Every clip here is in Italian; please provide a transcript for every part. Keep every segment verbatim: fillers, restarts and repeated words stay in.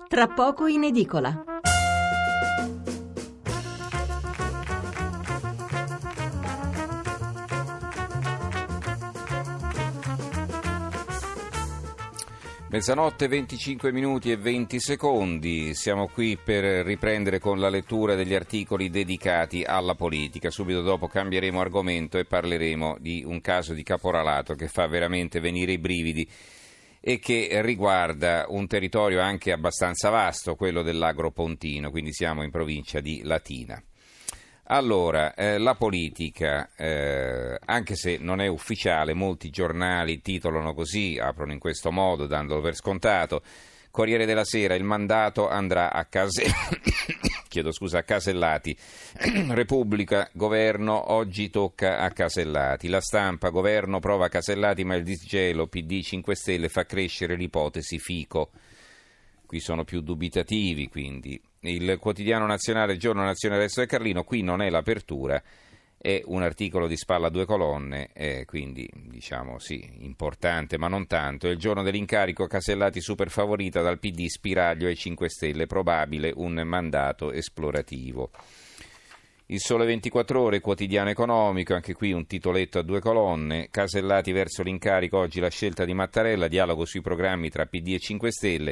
tra poco in edicola. Mezzanotte, venticinque minuti e venti secondi, siamo qui per riprendere con la lettura degli articoli dedicati alla politica. Subito dopo cambieremo argomento e parleremo di un caso di caporalato che fa veramente venire i brividi e che riguarda un territorio anche abbastanza vasto, quello dell'Agro Pontino, quindi siamo in provincia di Latina. Allora, eh, la politica, eh, anche se non è ufficiale, molti giornali titolano così, aprono in questo modo, dandolo per scontato. Corriere della Sera, il mandato andrà a case... chiedo scusa, a Casellati. Repubblica, governo, oggi tocca a Casellati. La Stampa, governo prova Casellati ma il disgelo P D cinque Stelle fa crescere l'ipotesi Fico. Qui sono più dubitativi, quindi. Il Quotidiano Nazionale, Giorno, Nazione, Resto del Carlino, qui non è l'apertura, è un articolo di spalla a due colonne, eh, quindi diciamo sì, importante ma non tanto. È il giorno dell'incarico, Casellati super favorita dal P D, spiraglio ai cinque Stelle, probabile un mandato esplorativo. Il Sole ventiquattro Ore, Quotidiano Economico, anche qui un titoletto a due colonne, Casellati verso l'incarico, oggi la scelta di Mattarella, dialogo sui programmi tra P D e cinque Stelle.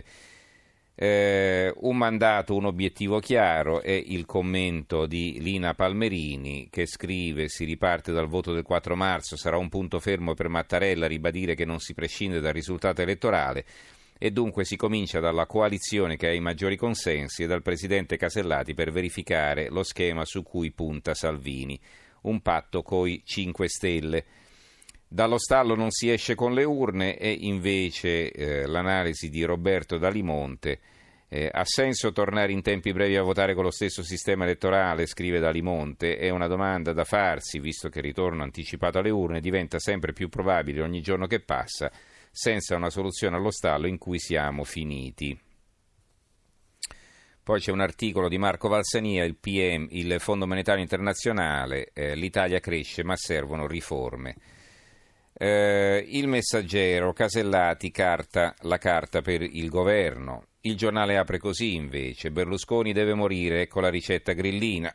Eh, un mandato, un obiettivo chiaro, è il commento di Lina Palmerini che scrive: si riparte dal voto del quattro marzo, sarà un punto fermo per Mattarella ribadire che non si prescinde dal risultato elettorale e dunque si comincia dalla coalizione che ha i maggiori consensi e dal presidente Casellati per verificare lo schema su cui punta Salvini, un patto coi cinque Stelle. Dallo stallo non si esce con le urne e invece eh, l'analisi di Roberto Dalimonte. Eh, ha senso tornare in tempi brevi a votare con lo stesso sistema elettorale, scrive Dalimonte, è una domanda da farsi, visto che il ritorno anticipato alle urne diventa sempre più probabile ogni giorno che passa, senza una soluzione allo stallo in cui siamo finiti. Poi c'è un articolo di Marco Valsania, il P M, il Fondo Monetario Internazionale, eh, l'Italia cresce ma servono riforme. Eh, il Messaggero, Casellati carta la carta per il governo. Il Giornale apre così invece: Berlusconi deve morire, ecco la ricetta grillina.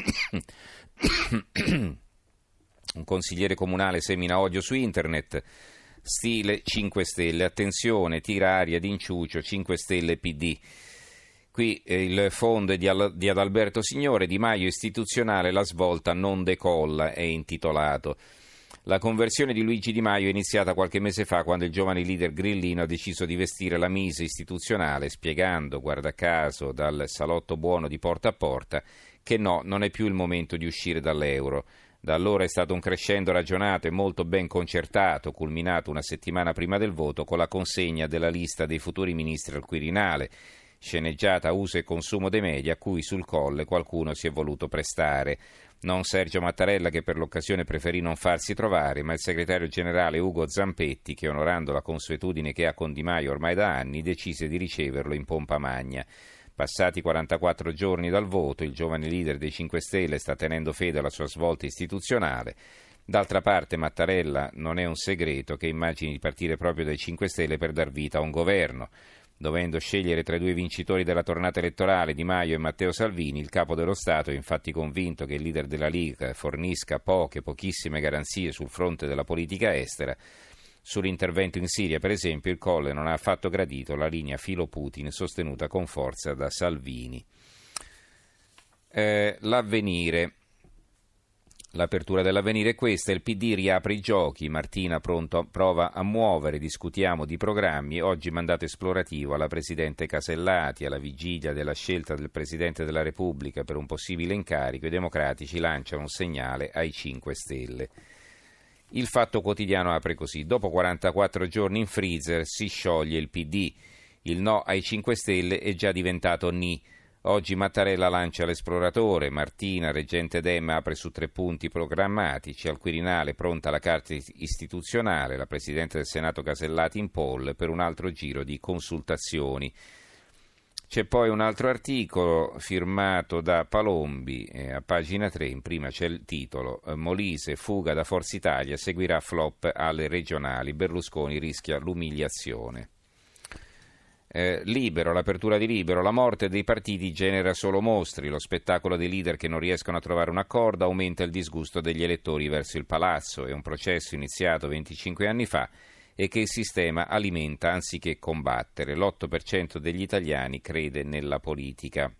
Un consigliere comunale semina odio su internet, stile cinque Stelle, attenzione, tira aria d'inciucio cinque Stelle P D. Qui eh, il fondo è di, Al- di Adalberto Signore, Di Maio istituzionale, la svolta non decolla, è intitolato. La conversione di Luigi Di Maio è iniziata qualche mese fa quando il giovane leader grillino ha deciso di vestire la mise istituzionale spiegando, guarda caso, dal salotto buono di Porta a Porta che no, non è più il momento di uscire dall'euro. Da allora è stato un crescendo ragionato e molto ben concertato, culminato una settimana prima del voto con la consegna della lista dei futuri ministri al Quirinale, sceneggiata a uso e consumo dei media a cui sul Colle qualcuno si è voluto prestare. Non Sergio Mattarella, che per l'occasione preferì non farsi trovare, ma il segretario generale Ugo Zampetti, che onorando la consuetudine che ha con Di Maio ormai da anni, decise di riceverlo in pompa magna. Passati quarantaquattro giorni dal voto, il giovane leader dei cinque Stelle sta tenendo fede alla sua svolta istituzionale. D'altra parte Mattarella non è un segreto che immagini di partire proprio dai cinque Stelle per dar vita a un governo. Dovendo scegliere tra i due vincitori della tornata elettorale, Di Maio e Matteo Salvini, il capo dello Stato è infatti convinto che il leader della Lega fornisca poche, pochissime garanzie sul fronte della politica estera. Sull'intervento in Siria, per esempio, il Colle non ha affatto gradito la linea filo Putin sostenuta con forza da Salvini. Eh, l'Avvenire. L'apertura dell'Avvenire è questa: il P D riapre i giochi, Martina pronto, prova a muovere, discutiamo di programmi, oggi mandato esplorativo alla Presidente Casellati, alla vigilia della scelta del Presidente della Repubblica per un possibile incarico, i democratici lanciano un segnale ai cinque Stelle. Il Fatto Quotidiano apre così: dopo quarantaquattro giorni in freezer si scioglie il P D, il no ai cinque Stelle è già diventato ni. Oggi Mattarella lancia l'esploratore, Martina, reggente Dem, apre su tre punti programmatici, al Quirinale pronta la carta istituzionale, la Presidente del Senato Casellati in poll per un altro giro di consultazioni. C'è poi un altro articolo firmato da Palombi, eh, a pagina tre, in prima c'è il titolo, Molise, fuga da Forza Italia, seguirà flop alle regionali, Berlusconi rischia l'umiliazione. Eh, libero, l'apertura di Libero, la morte dei partiti genera solo mostri, lo spettacolo dei leader che non riescono a trovare un accordo aumenta il disgusto degli elettori verso il palazzo, è un processo iniziato venticinque anni fa e che il sistema alimenta anziché combattere. L'otto per cento degli italiani crede nella politica.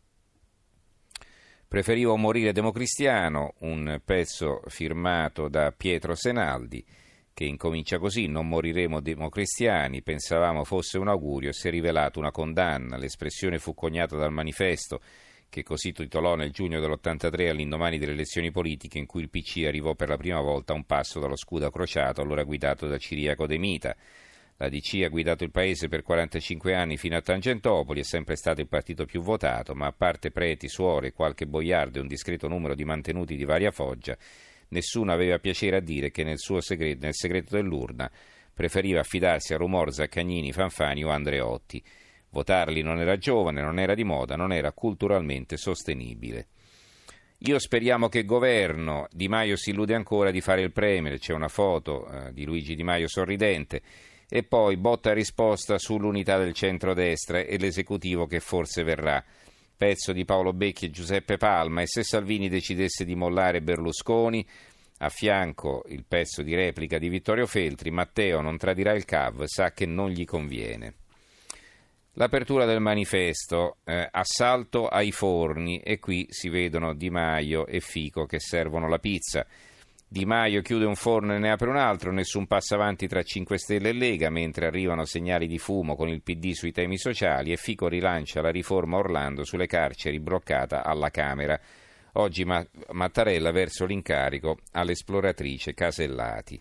Preferivo morire democristiano, un pezzo firmato da Pietro Senaldi, che incomincia così: non moriremo democristiani, pensavamo fosse un augurio, si è rivelato una condanna. L'espressione fu coniata dal Manifesto, che così titolò nel giugno dell'ottantatré all'indomani delle elezioni politiche in cui il P C arrivò per la prima volta a un passo dallo scudo crociato, allora guidato da Ciriaco De Mita. La D C ha guidato il paese per quarantacinque anni fino a Tangentopoli, è sempre stato il partito più votato, ma a parte preti, suore, qualche boiardo e un discreto numero di mantenuti di varia foggia, nessuno aveva piacere a dire che nel suo segreto, nel segreto dell'urna preferiva affidarsi a Rumor, Zaccagnini, Fanfani o Andreotti. Votarli non era giovane, non era di moda, non era culturalmente sostenibile. Io speriamo che governo. Di Maio si illude ancora di fare il premier, c'è una foto eh, di Luigi Di Maio sorridente, e poi botta e risposta sull'unità del centrodestra e l'esecutivo che forse verrà. Pezzo di Paolo Becchi e Giuseppe Palma. E se Salvini decidesse di mollare Berlusconi? A fianco il pezzo di replica di Vittorio Feltri: Matteo non tradirà il C A V, sa che non gli conviene. L'apertura del Manifesto, eh, assalto ai forni, e qui si vedono Di Maio e Fico che servono la pizza. Di Maio chiude un forno e ne apre un altro, nessun passo avanti tra cinque Stelle e Lega, mentre arrivano segnali di fumo con il P D sui temi sociali, e Fico rilancia la riforma Orlando sulle carceri bloccata alla Camera. Oggi Mattarella verso l'incarico all'esploratrice Casellati.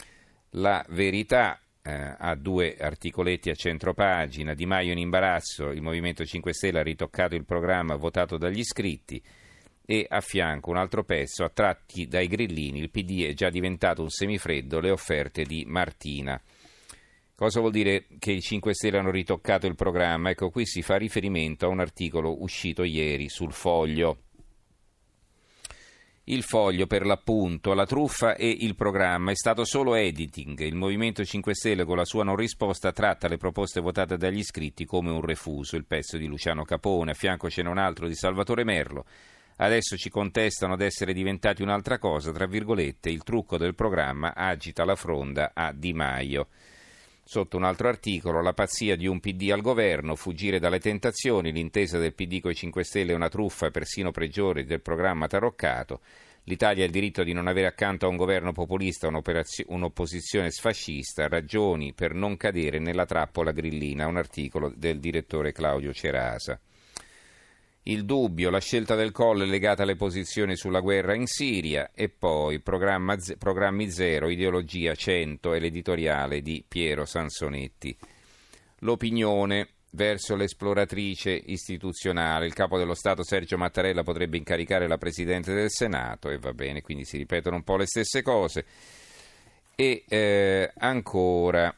La Verità eh, ha due articoletti a centropagina: Di Maio in imbarazzo, il Movimento cinque Stelle ha ritoccato il programma votato dagli iscritti, e a fianco un altro pezzo: attratti dai grillini, il P D è già diventato un semifreddo, le offerte di Martina. Cosa vuol dire che i cinque Stelle hanno ritoccato il programma? Ecco, qui si fa riferimento a un articolo uscito ieri sul Foglio. Il Foglio, per l'appunto, la truffa e il programma è stato solo editing. Il Movimento cinque Stelle con la sua non risposta tratta le proposte votate dagli iscritti come un refuso. Il pezzo di Luciano Capone, a fianco ce n'è un altro di Salvatore Merlo. Adesso ci contestano d'essere diventati un'altra cosa, tra virgolette, il trucco del programma agita la fronda a Di Maio. Sotto un altro articolo: la pazzia di un P D al governo, fuggire dalle tentazioni, l'intesa del P D coi cinque Stelle è una truffa persino peggiore del programma taroccato, l'Italia ha il diritto di non avere accanto a un governo populista un'opposizione sfascista, ragioni per non cadere nella trappola grillina, un articolo del direttore Claudio Cerasa. Il Dubbio, la scelta del Colle legata alle posizioni sulla guerra in Siria, e poi programma, Programmi Zero, ideologia cento e l'editoriale di Piero Sansonetti. L'Opinione, verso l'esploratrice istituzionale, il capo dello Stato Sergio Mattarella potrebbe incaricare la Presidente del Senato, e va bene, quindi si ripetono un po' le stesse cose. E eh, ancora...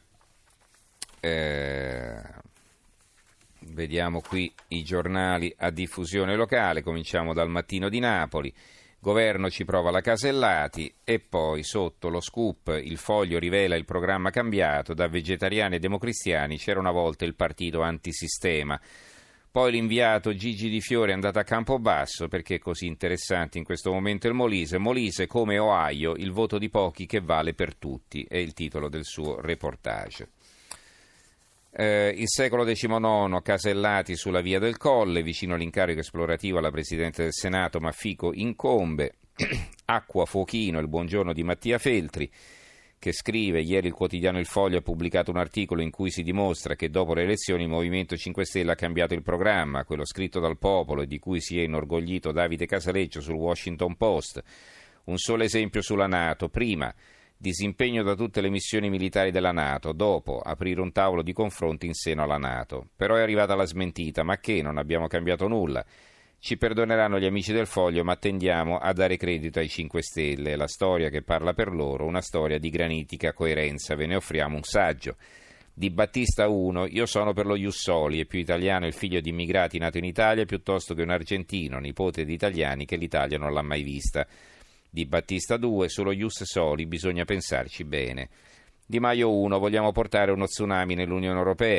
Eh, Vediamo qui i giornali a diffusione locale, cominciamo dal Mattino di Napoli. Governo ci prova la Casellati, e poi sotto lo scoop il Foglio rivela il programma cambiato, da vegetariani e democristiani c'era una volta il partito antisistema. Poi l'inviato Gigi Di Fiore è andato a Campobasso, perché è così interessante in questo momento il Molise. Molise come Ohio, il voto di pochi che vale per tutti, è il titolo del suo reportage. Eh, il secolo diciannove, Casellati sulla via del Colle, vicino all'incarico esplorativo alla Presidente del Senato, ma Fico incombe. Acqua fuochino, il buongiorno di Mattia Feltri, che scrive: ieri il quotidiano Il Foglio ha pubblicato un articolo in cui si dimostra che dopo le elezioni il Movimento cinque Stelle ha cambiato il programma, quello scritto dal popolo e di cui si è inorgoglito Davide Casaleggio sul Washington Post. Un solo esempio sulla NATO: prima disimpegno da tutte le missioni militari della NATO, dopo aprire un tavolo di confronti in seno alla NATO. Però è arrivata la smentita: ma che, non abbiamo cambiato nulla. Ci perdoneranno gli amici del Foglio, ma tendiamo a dare credito ai cinque Stelle. La storia che parla per loro, una storia di granitica coerenza. Ve ne offriamo un saggio. Di Battista uno, io sono per lo Ius Soli, è più italiano il figlio di immigrati nato in Italia piuttosto che un argentino, nipote di italiani che l'Italia non l'ha mai vista. Di Battista due, sullo Ius Soli bisogna pensarci bene. Di Maio uno, vogliamo portare uno tsunami nell'Unione Europea.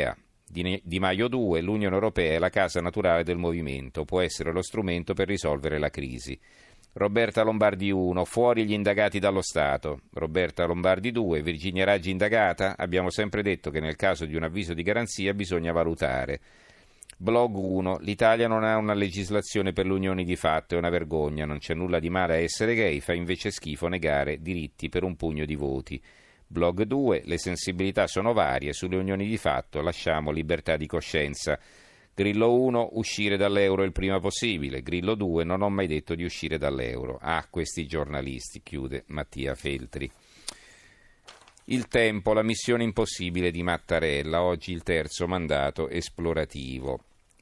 Di, Di Maio due, l'Unione Europea è la casa naturale del movimento, può essere lo strumento per risolvere la crisi. Roberta Lombardi uno, fuori gli indagati dallo Stato. Roberta Lombardi due, Virginia Raggi indagata? Abbiamo sempre detto che nel caso di un avviso di garanzia bisogna valutare. Blog uno, l'Italia non ha una legislazione per le unioni di fatto, è una vergogna, non c'è nulla di male a essere gay, fa invece schifo negare diritti per un pugno di voti. Blog due, le sensibilità sono varie, sulle unioni di fatto lasciamo libertà di coscienza. Grillo uno, uscire dall'euro il prima possibile. Grillo due, non ho mai detto di uscire dall'euro. Ah, questi giornalisti, chiude Mattia Feltri. Il Tempo, la missione impossibile di Mattarella, oggi il terzo mandato esplorativo.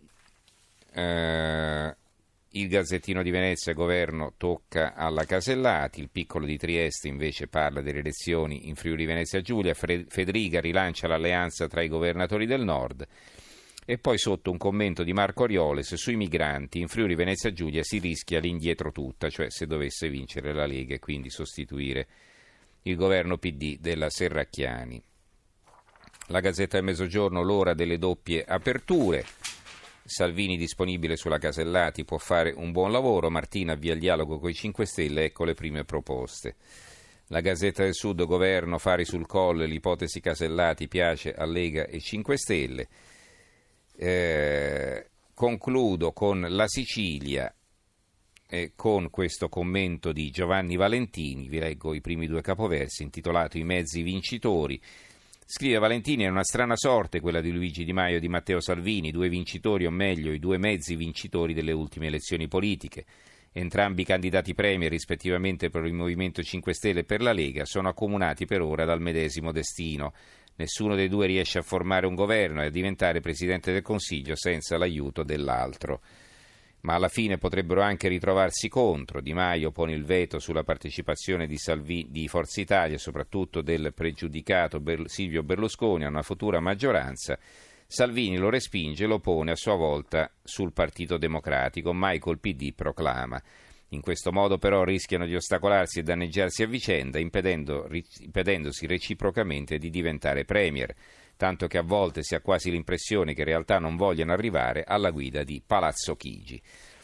Eh, il Gazzettino di Venezia, governo tocca alla Casellati, il Piccolo di Trieste invece parla delle elezioni in Friuli Venezia Giulia, Federica rilancia l'alleanza tra i governatori del nord. E poi sotto un commento di Marco Orioles sui migranti, in Friuli Venezia Giulia si rischia l'indietro tutta, cioè se dovesse vincere la Lega e quindi sostituire il governo P D della Serracchiani. La Gazzetta del Mezzogiorno, l'ora delle doppie aperture. Salvini disponibile sulla Casellati, può fare un buon lavoro, Martina avvia il dialogo con i cinque Stelle, ecco le prime proposte. La Gazzetta del Sud, governo Fari sul Colle, l'ipotesi Casellati piace a Lega e cinque Stelle. Eh, concludo con la Sicilia e con questo commento di Giovanni Valentini, vi leggo i primi due capoversi, intitolato I mezzi vincitori. Scrive Valentini, è una strana sorte quella di Luigi Di Maio e di Matteo Salvini, due vincitori o meglio i due mezzi vincitori delle ultime elezioni politiche. Entrambi candidati premier rispettivamente per il Movimento cinque Stelle e per la Lega sono accomunati per ora dal medesimo destino. Nessuno dei due riesce a formare un governo e a diventare Presidente del Consiglio senza l'aiuto dell'altro. Ma alla fine potrebbero anche ritrovarsi contro. Di Maio pone il veto sulla partecipazione di, Salvi, di Forza Italia, soprattutto del pregiudicato Ber- Silvio Berlusconi, a una futura maggioranza. Salvini lo respinge e lo pone a sua volta sul Partito Democratico. Mai col P D, proclama. In questo modo però rischiano di ostacolarsi e danneggiarsi a vicenda, impedendo, impedendosi reciprocamente di diventare premier, tanto che a volte si ha quasi l'impressione che in realtà non vogliano arrivare alla guida di Palazzo Chigi.